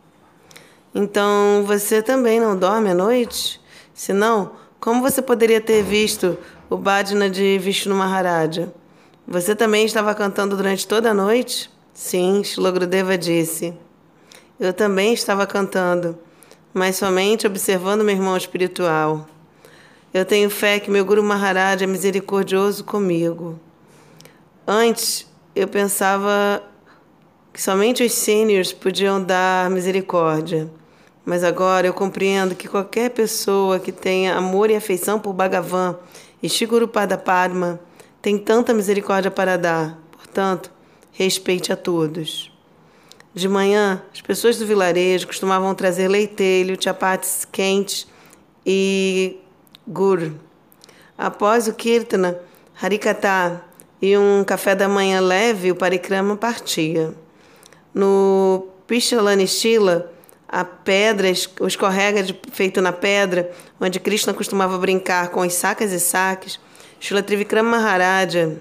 S1: Então você também não dorme à noite? Senão, como você poderia ter visto o Bhajana de Vishnu Maharaja? Você também estava cantando durante toda a noite? Sim, Srila Gurudeva disse. Eu também estava cantando, mas somente observando meu irmão espiritual. Eu tenho fé que meu Guru Maharaj é misericordioso comigo. Antes, eu pensava que somente os seniors podiam dar misericórdia. Mas agora eu compreendo que qualquer pessoa que tenha amor e afeição por Bhagavan e Shri Guru Pada Padma tem tanta misericórdia para dar. Portanto, respeite a todos. De manhã, as pessoas do vilarejo costumavam trazer leitelho, chapatis quentes e gur. Após o kirtana, harikatha e um café da manhã leve, o parikrama partia. No Pichalanishila, a pedra, o escorrega feito na pedra, onde Krishna costumava brincar com os sacas e saques, Srila Trivikrama Maharaja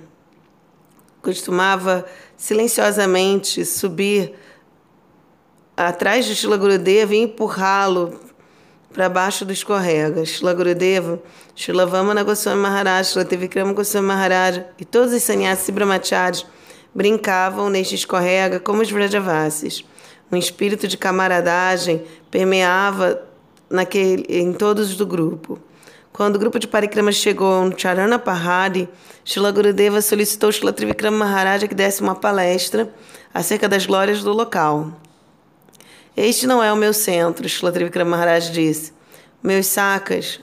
S1: costumava silenciosamente subir atrás de Srila Gurudeva e empurrá-lo para baixo do escorrega. Srila Gurudeva, Srila Vamana Goswami Maharaj, Srila Trivikrama Goswami Maharaj e todos os sannyasis e brahmacharis brincavam neste escorrega como os Vrajavasis. Um espírito de camaradagem permeava em todos do grupo. Quando o grupo de parikrama chegou no Charana Pahari, Srila Gurudeva solicitou Srila Trivikrama Maharaja que desse uma palestra acerca das glórias do local. Este não é o meu centro, Srila Trivikrama Maharaj disse. Meus sakas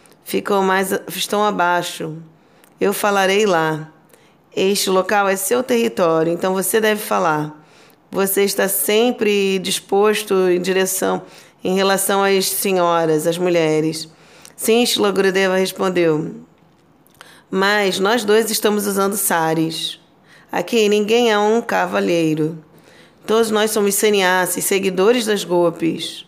S1: estão abaixo. Eu falarei lá. Este local é seu território, então você deve falar. Você está sempre disposto em relação às senhoras, às mulheres. Sim, Srila Gurudeva respondeu. Mas nós dois estamos usando saris. Aqui ninguém é um cavalheiro. Todos nós somos sannyasis, seguidores das gopis.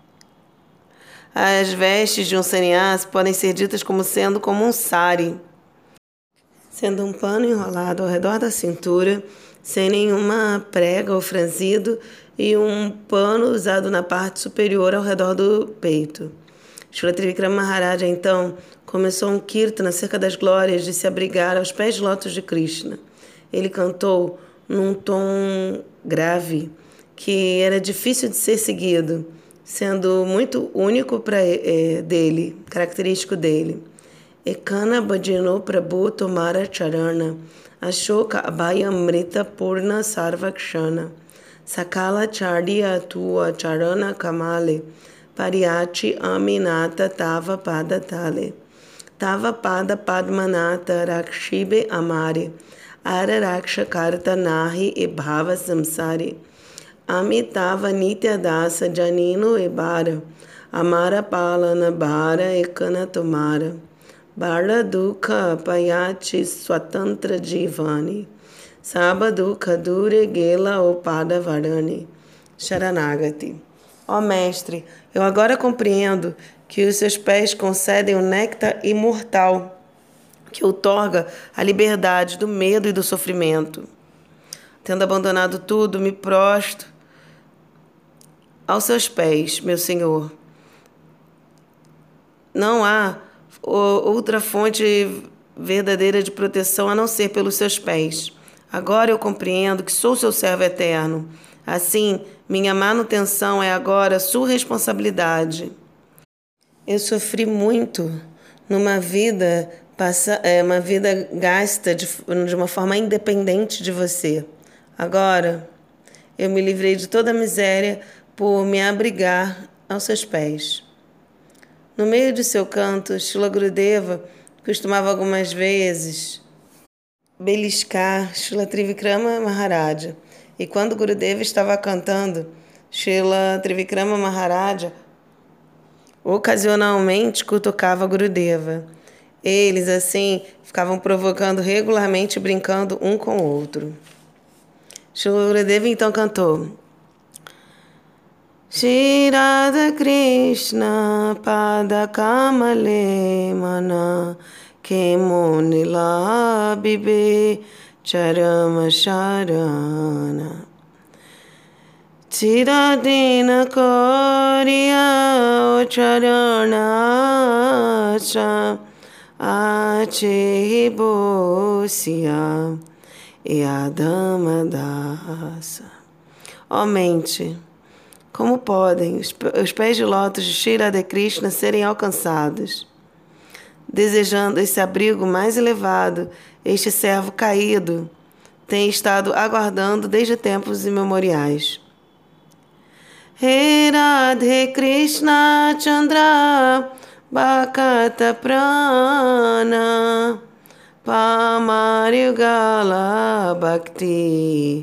S1: As vestes de um sannyasi podem ser ditas como sendo como um sari, sendo um pano enrolado ao redor da cintura, sem nenhuma prega ou franzido, e um pano usado na parte superior ao redor do peito. Srila Trivikrama Maharaja, então, começou um kirtana acerca das glórias de se abrigar aos pés de lótus de Krishna. Ele cantou num tom grave, que era difícil de ser seguido, sendo muito único dele, característico dele. Ekana bhajano prabhu tomara charana, ashoka abhayamrita purna sarvakshana, sakala chardiya tua charana kamale, pariyachi aminata tava pada tale, tava pada padmanata rakshibe amare, ara raksha karta nahi e bhava samsari, amitava nitya dasa janino e bara, amara palana bara ekana tomara, Bala dukha payachi swatantra jivani, Saba dukha dure gela opada varani. Sharanagati. Ó mestre, eu agora compreendo que os seus pés concedem o néctar imortal, que outorga a liberdade do medo e do sofrimento. Tendo abandonado tudo, me prostro aos seus pés, meu Senhor. Não há outra fonte verdadeira de proteção a não ser pelos seus pés. Agora eu compreendo que sou seu servo eterno. Assim, minha manutenção é agora sua responsabilidade. Eu sofri muito numa vida uma vida gasta de uma forma independente de você. Agora, eu me livrei de toda a miséria por me abrigar aos seus pés. No meio de seu canto, Srila Gurudeva costumava algumas vezes beliscar Srila Trivikrama Maharaja. E quando Gurudeva estava cantando, Srila Trivikrama Maharaja ocasionalmente cutucava Gurudeva. Eles, assim, ficavam provocando regularmente e brincando um com o outro. Srila Gurudeva então cantou: Shri Radha Krishna Pada Kamale Mana Kemonila Bibe Charama Sharana Tiradina Koria Charana Ache Bosia Yadamadasa. Ó mente, como podem os pés de lótus de Shri Radha Krishna serem alcançados? Desejando esse abrigo mais elevado, este servo caído tem estado aguardando desde tempos imemoriais. He Radhe Krishna Chandra Bhakata Prana Pamaryugala Bhakti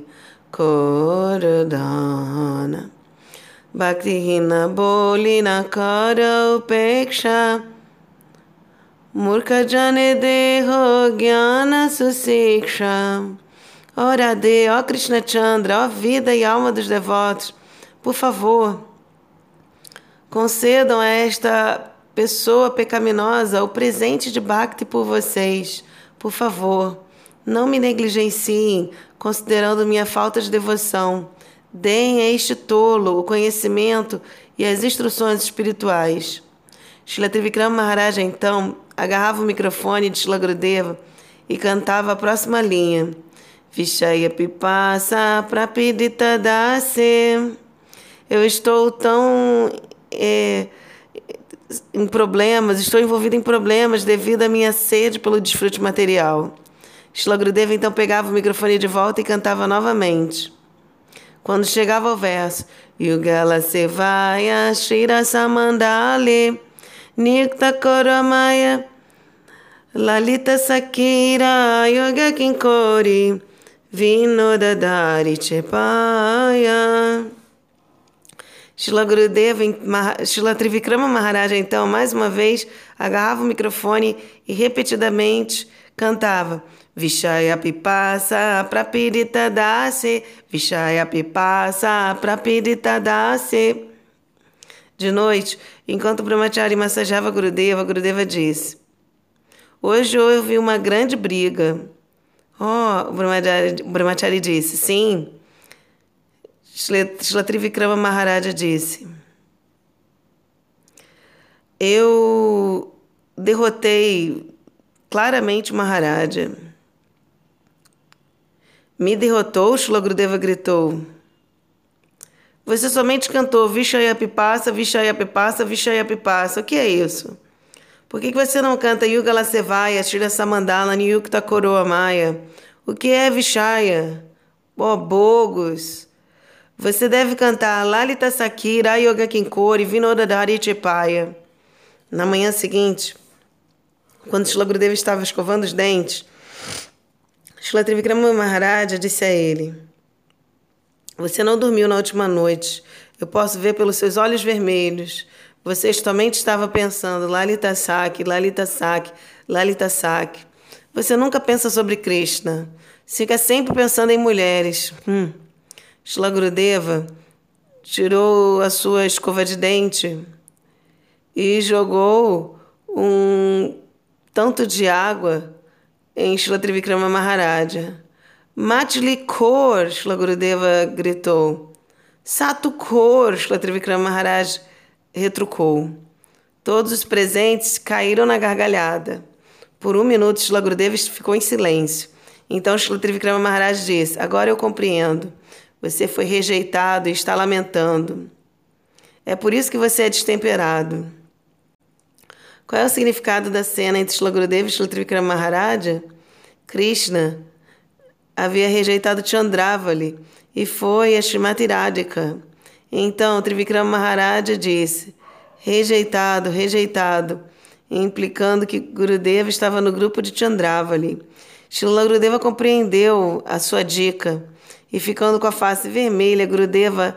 S1: Korodana Bhakti Hina Bolina Kara Upeksha Murkha Jane Deho Jnana Susiksha. Ó Radhe, ó Krishna Chandra, ó vida e alma dos devotos, por favor, concedam a esta pessoa pecaminosa o presente de Bhakti por vocês. Por favor, não me negligenciem, considerando minha falta de devoção. Deem a este tolo o conhecimento e as instruções espirituais. Srila Trivikrama Maharaj, então, agarrava o microfone de Srila Gurudeva e cantava a próxima linha. Vishaya Pipasa Prapidita Dase. Eu estou tão em problemas, estou envolvido em problemas devido à minha sede pelo desfrute material. Srila Gurudeva então pegava o microfone de volta e cantava novamente. Quando chegava ao verso Yugala Sevaya Shira Samandale Nikta Koramaya Lalita Sakira Yoga Kinkori Vinodadari Chepaya. Srila Gurudeva, Srila Trivikrama Maharaj, então, mais uma vez, agarrava o microfone e repetidamente cantava Vishaya Pipasa Prapidita Dase, Vishaya Pipasa Prapidita Dase. De noite, enquanto Brahmachari massageava Gurudeva, Gurudeva disse: Hoje houve uma grande briga. O Brahmachari disse: Sim. Srila Trivikrama Maharaja disse: Eu derrotei claramente Maharaja. Me derrotou? Srila Gurudeva gritou. Você somente cantou Vishaya Pipasa, Vishaya Pipasa, Vishaya Pipasa. O que é isso? Por que você não canta Yugala Sevaya, Shira Samandala, Niyukta Koroa Maya? O que é Vishaya? Bogos. Você deve cantar Lalita Sakira, Yoga Kinkori, Vinodadari Chepaya. Na manhã seguinte, quando Srila Gurudeva estava escovando os dentes, Srila Trivikrama Maharaja disse a ele: Você não dormiu na última noite. Eu posso ver pelos seus olhos vermelhos. Você somente estava pensando Lalita Saki, Lalita Saki, Lalita Saki. Você nunca pensa sobre Krishna. Fica sempre pensando em mulheres. Srila Gurudeva tirou a sua escova de dente e jogou um tanto de água em Srila Trivikrama Maharaja. Matli Kor, Srila Gurudeva gritou. Satu Kor, Srila Trivikrama Maharaj retrucou. Todos os presentes caíram na gargalhada. Por um minuto, Srila Gurudeva ficou em silêncio. Então Srila Trivikrama Maharaj disse: Agora eu compreendo. Você foi rejeitado e está lamentando. É por isso que você é destemperado. Qual é o significado da cena entre Srila Gurudeva e Srila Trivikrama Maharaja? Krishna havia rejeitado Chandravali e foi a Srimati Radhika. Então Trivikrama Maharaja disse: rejeitado, rejeitado, implicando que Gurudeva estava no grupo de Chandravali. Srila Gurudeva compreendeu a sua dica e, ficando com a face vermelha, Gurudeva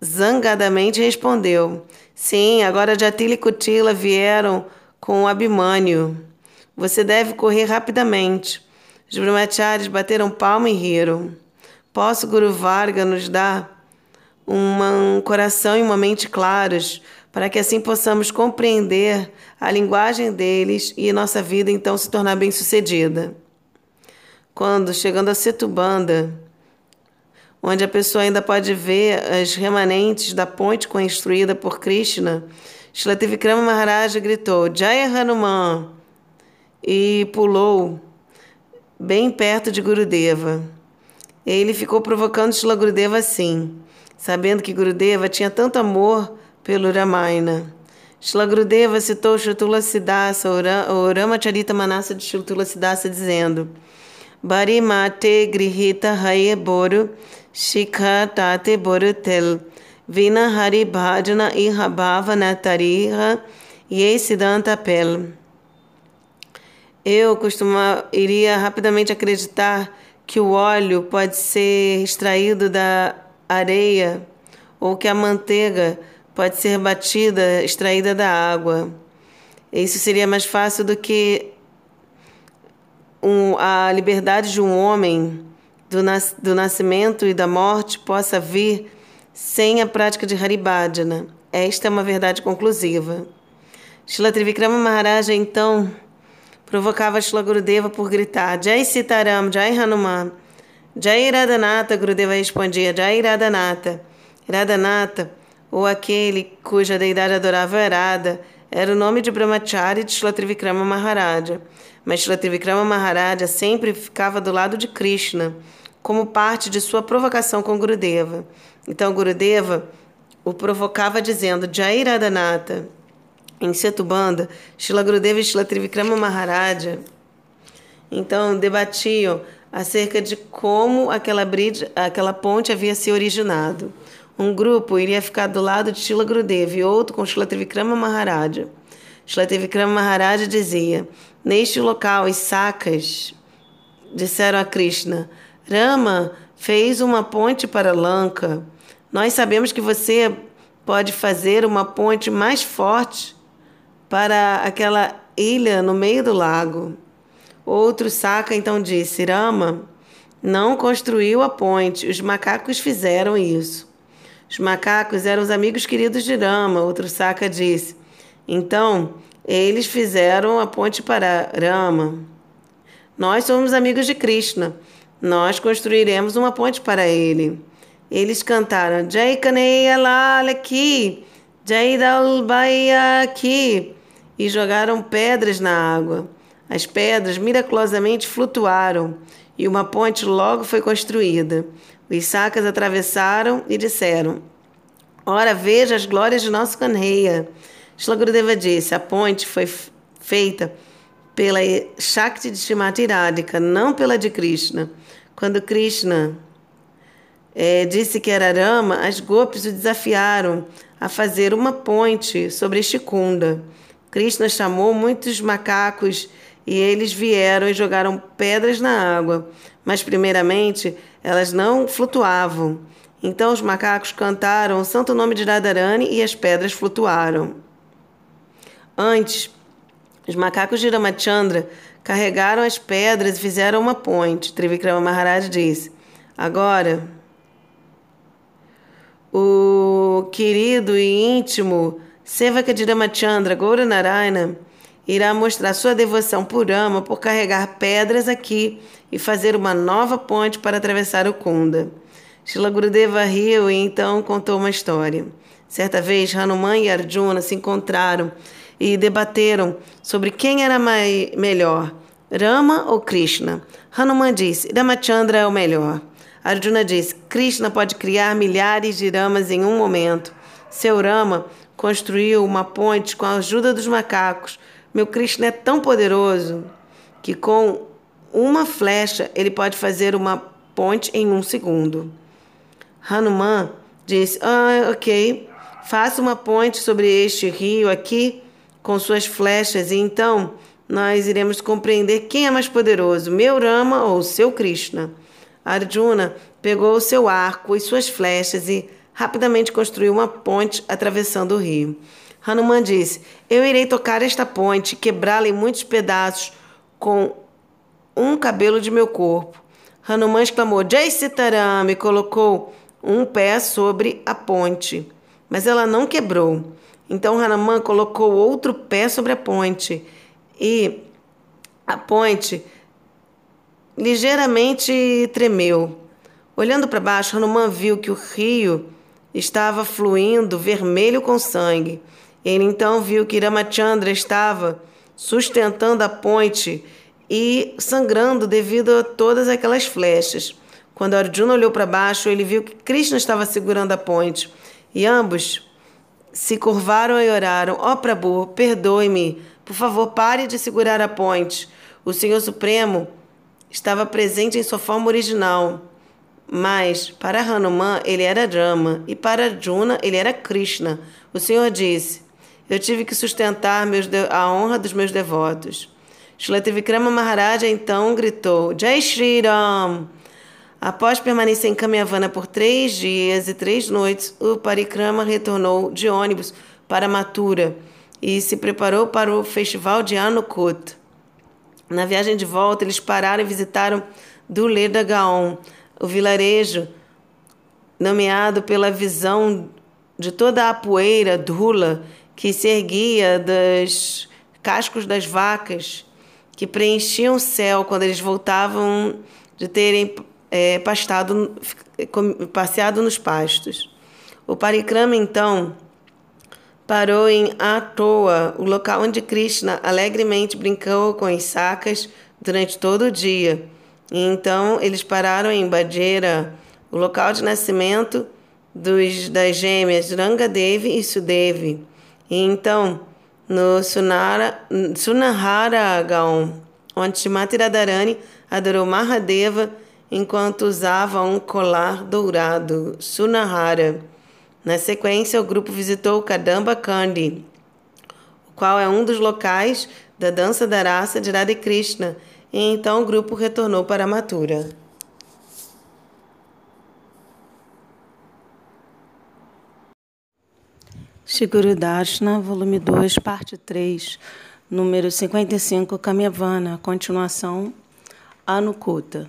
S1: zangadamente respondeu: sim, agora Jatila e Kutila vieram com o Abhimanyu. Você deve correr rapidamente. Os brahmacharis bateram palma e riram. Posso, Guru Varga, nos dar um coração e uma mente claros, para que assim possamos compreender a linguagem deles e nossa vida então se tornar bem-sucedida. Quando, chegando a Setubanda, onde a pessoa ainda pode ver as remanentes da ponte construída por Krishna, Srila Trivikrama Maharaj gritou Jaya Hanuman e pulou bem perto de Gurudeva. Ele ficou provocando Srila Gurudeva assim, sabendo que Gurudeva tinha tanto amor pelo Ramayana. Srila Gurudeva citou Shri Tulasidasa, o Ramacharita Manasa de Shri Tulasidasa, dizendo Bari mate grihita haye boru shikha tate boru tel vina hari bhajana iha bhavana tariha ye siddhanta pel. Eu iria rapidamente acreditar que o óleo pode ser extraído da areia ou que a manteiga pode ser batida, extraída da água. Isso seria mais fácil do que a liberdade de um homem do nascimento e da morte possa vir sem a prática de Haribhajana. Esta é uma verdade conclusiva. Srila Trivikrama Maharaj então provocava Srila Gurudeva por gritar Jai Sitaram, Jai Hanuman, Jai Radhanata. Gurudeva respondia Jai Radhanata. Radhanata, ou aquele cuja deidade adorava Radha, era o nome de Brahmachari de Srila Trivikrama Maharaja. Mas Srila Trivikrama Maharaja sempre ficava do lado de Krishna, como parte de sua provocação com Gurudeva. Então Gurudeva o provocava dizendo Jai Radhanata. Em Setubanda, Srila Gurudeva e Srila Trivikrama Maharaja então debatiam acerca de como aquela ponte havia se originado. Um grupo iria ficar do lado de Srila Gurudeva e outro com Srila Trivikrama Maharaja. Srila Trivikrama Maharaja dizia: neste local, os Sakas disseram a Krishna: Rama fez uma ponte para Lanka. Nós sabemos que você pode fazer uma ponte mais forte para aquela ilha no meio do lago. Outro Saka então disse: Rama não construiu a ponte, os macacos fizeram isso. Os macacos eram os amigos queridos de Rama. Outro Saka disse: então, eles fizeram a ponte para Rama. Nós somos amigos de Krishna. Nós construiremos uma ponte para ele. Eles cantaram Jai Kaneya Lal Ki, Jai Dalbaya Ki, e jogaram pedras na água. As pedras miraculosamente flutuaram e uma ponte logo foi construída. Os Sakas atravessaram e disseram: ora, veja as glórias de nosso Kanheya. Srila Gurudeva disse: a ponte foi feita pela Shakti de Srimati Radhika, não pela de Krishna. Quando Krishna disse que era Rama, as gopis o desafiaram a fazer uma ponte sobre este kunda. Krishna chamou muitos macacos e eles vieram e jogaram pedras na água, mas primeiramente elas não flutuavam. Então os macacos cantaram o santo nome de Radharani e as pedras flutuaram. Antes, os macacos de Ramachandra carregaram as pedras e fizeram uma ponte. Trivikrama Maharaj disse: agora, o querido e íntimo Sevaka de Ramachandra, Gaura Narayana, irá mostrar sua devoção por Rama por carregar pedras aqui e fazer uma nova ponte para atravessar o Kunda. Srila Gurudeva riu e então contou uma história. Certa vez, Hanuman e Arjuna se encontraram e debateram sobre quem era melhor, Rama ou Krishna. Hanuman disse: Ramachandra é o melhor. Arjuna disse: Krishna pode criar milhares de Ramas em um momento. Seu Rama construiu uma ponte com a ajuda dos macacos. Meu Krishna é tão poderoso que com uma flecha ele pode fazer uma ponte em 1 segundo. Hanuman disse: ok, faça uma ponte sobre este rio aqui com suas flechas e então nós iremos compreender quem é mais poderoso, meu Rama ou seu Krishna. Arjuna pegou o seu arco e suas flechas e rapidamente construiu uma ponte atravessando o rio. Hanuman disse: eu irei tocar esta ponte, quebrá-la em muitos pedaços com um cabelo de meu corpo. Hanuman exclamou: Jai Sitaram, e colocou um pé sobre a ponte, mas ela não quebrou. Então Hanuman colocou outro pé sobre a ponte e a ponte ligeiramente tremeu. Olhando para baixo, Hanuman viu que o rio estava fluindo vermelho com sangue. Ele então viu que Ramachandra estava sustentando a ponte e sangrando devido a todas aquelas flechas. Quando Arjuna olhou para baixo, ele viu que Krishna estava segurando a ponte. E ambos se curvaram e oraram: ó Prabhu, perdoe-me. Por favor, pare de segurar a ponte. O Senhor Supremo estava presente em sua forma original. Mas, para Hanuman, ele era Rama. E para Arjuna, ele era Krishna. O Senhor disse: eu tive que sustentar a honra dos meus devotos. Srila Trivikrama Maharaja então gritou: Jai Shri Ram! Após permanecer em Kamyavana por 3 dias e 3 noites, o Parikrama retornou de ônibus para Mathura e se preparou para o festival de Anukut. Na viagem de volta, eles pararam e visitaram Dhuleda Gaon, o vilarejo nomeado pela visão de toda a poeira Dhula que se erguia dos cascos das vacas que preenchiam o céu quando eles voltavam de terem passeado nos pastos. O Parikrama, então, parou em Atoa, o local onde Krishna alegremente brincou com as sacas durante todo o dia. E então eles pararam em Bajera, o local de nascimento das gêmeas Rangadevi e Sudevi. E então, no Sunahara Gaon, onde Srimati Radharani adorou Mahadeva enquanto usava um colar dourado, Sunahara. Na sequência, o grupo visitou Kadamba Kandi, o qual é um dos locais da dança da raça de Radha Krishna, e então o grupo retornou para Mathura. Shri Guru Darshana, volume 2, parte 3, número 55, Kamyavana, continuação, Anukuta.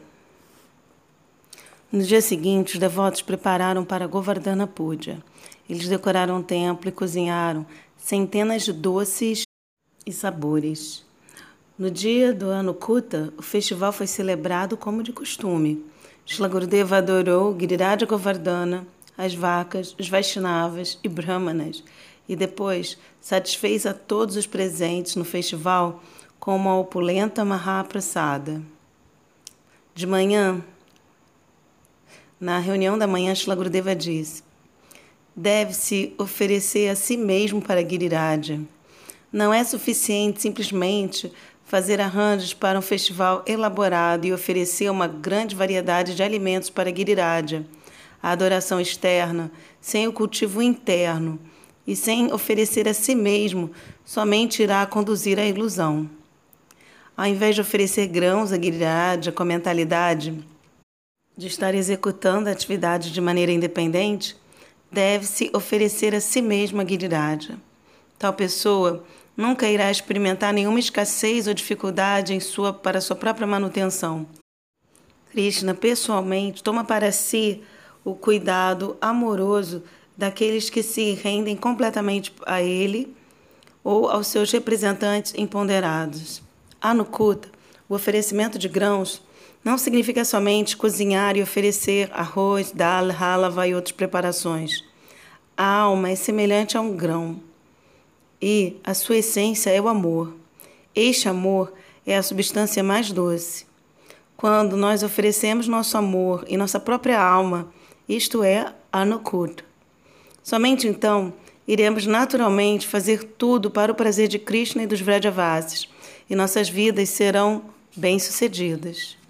S1: No dia seguinte, os devotos prepararam para Govardhana Puja. Eles decoraram o templo e cozinharam centenas de doces e sabores. No dia do Anukuta, o festival foi celebrado como de costume. Srila Gurudeva adorou Giriraja Govardhana, as vacas, os Vaishnavas e Brahmanas, e depois satisfez a todos os presentes no festival com uma opulenta Mahaprasada. De manhã, na reunião da manhã, Srila Gurudeva disse: deve-se oferecer a si mesmo para Giriraja. Não é suficiente simplesmente fazer arranjos para um festival elaborado e oferecer uma grande variedade de alimentos para Giriraja. A adoração externa, sem o cultivo interno e sem oferecer a si mesmo, somente irá conduzir à ilusão. Ao invés de oferecer grãos a Giriraja com a mentalidade de estar executando a atividade de maneira independente, deve-se oferecer a si mesmo a Giriraja. Tal pessoa nunca irá experimentar nenhuma escassez ou dificuldade para sua própria manutenção. Krishna, pessoalmente, toma para si o cuidado amoroso daqueles que se rendem completamente a ele ou aos seus representantes imponderados. Anukuta, o oferecimento de grãos, não significa somente cozinhar e oferecer arroz, dal, halava e outras preparações. A alma é semelhante a um grão e a sua essência é o amor. Este amor é a substância mais doce. Quando nós oferecemos nosso amor e nossa própria alma, isto é Anukuta, somente então iremos naturalmente fazer tudo para o prazer de Krishna e dos Vrajavasis, e nossas vidas serão bem-sucedidas.